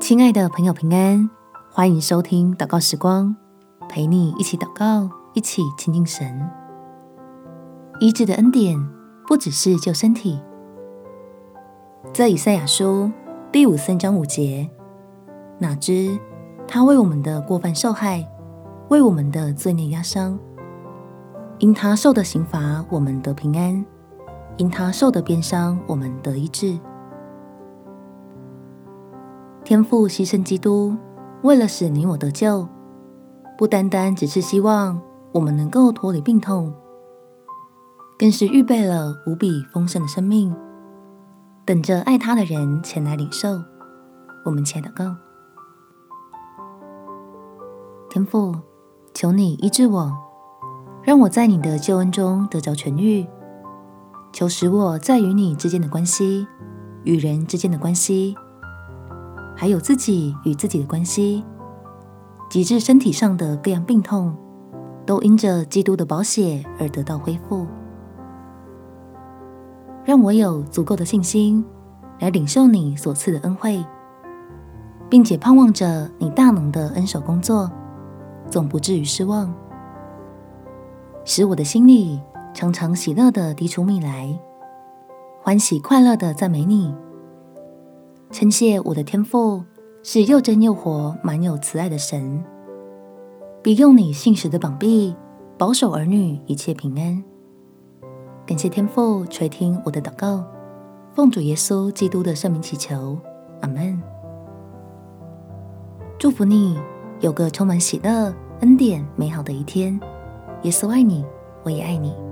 亲爱的朋友平安，欢迎收听祷告时光，陪你一起祷告，一起亲近神。医治的恩典不只是救身体，在以赛亚书第53章5节，哪知他为我们的过犯受害，为我们的罪孽压伤，因他受的刑罚我们得平安，因他受的鞭伤我们得医治。天父牺牲基督，为了使你我得救，不单单只是希望我们能够脱离病痛，更是预备了无比丰盛的生命，等着爱他的人前来领受。我们且祷告。天父，求你医治我，让我在你的救恩中得着痊愈，求使我在与你之间的关系，与人之间的关系，还有自己与自己的关系，及至身体上的各样病痛，都因着基督的宝血而得到恢复。让我有足够的信心来领受你所赐的恩惠，并且盼望着你大能的恩手工作，总不至于失望，使我的心里常常喜乐地滴出蜜来，欢喜快乐地赞美你，称谢我的天父是又真又活、满有慈爱的神，必用你信实的膀臂保守儿女一切平安。感谢天父垂听我的祷告，奉主耶稣基督的圣名祈求，阿们。祝福你有个充满喜乐、恩典、美好的一天。耶稣爱你，我也爱你。